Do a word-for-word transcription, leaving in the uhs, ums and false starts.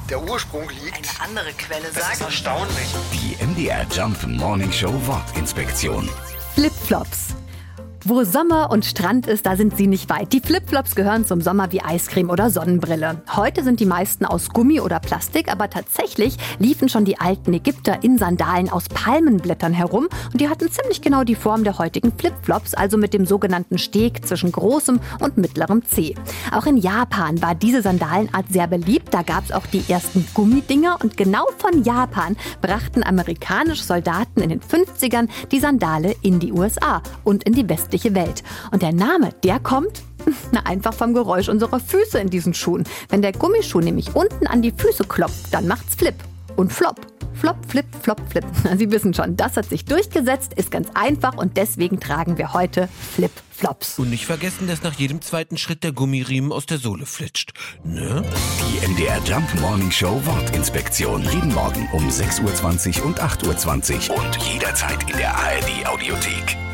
der Ursprung liegt. Eine andere Quelle Das sagt... ist erstaunlich. Die M D R Jump Morning Show Wortinspektion. Flipflops. Wo Sommer und Strand ist, da sind sie nicht weit. Die Flipflops gehören zum Sommer wie Eiscreme oder Sonnenbrille. Heute sind die meisten aus Gummi oder Plastik, aber tatsächlich liefen schon die alten Ägypter in Sandalen aus Palmenblättern herum und die hatten ziemlich genau die Form der heutigen Flipflops, also mit dem sogenannten Steg zwischen großem und mittlerem Zeh. Auch in Japan war diese Sandalenart sehr beliebt. Da gab es auch die ersten Gummidinger und genau von Japan brachten amerikanische Soldaten in den fünfzigern die Sandale in die U S A und in die westliche Welt. Und der Name, der kommt na, einfach vom Geräusch unserer Füße in diesen Schuhen. Wenn der Gummischuh nämlich unten an die Füße klopft, dann macht's Flip und Flop. Flop, Flip, Flop, Flip. Sie wissen schon, das hat sich durchgesetzt, ist ganz einfach und deswegen tragen wir heute Flip-Flops. Und nicht vergessen, dass nach jedem zweiten Schritt der Gummiriemen aus der Sohle flitscht. Ne? Die M D R Jump Morning Show Wortinspektion. Jeden Morgen um sechs Uhr zwanzig und acht Uhr zwanzig. Und jederzeit in der A R D Audiothek.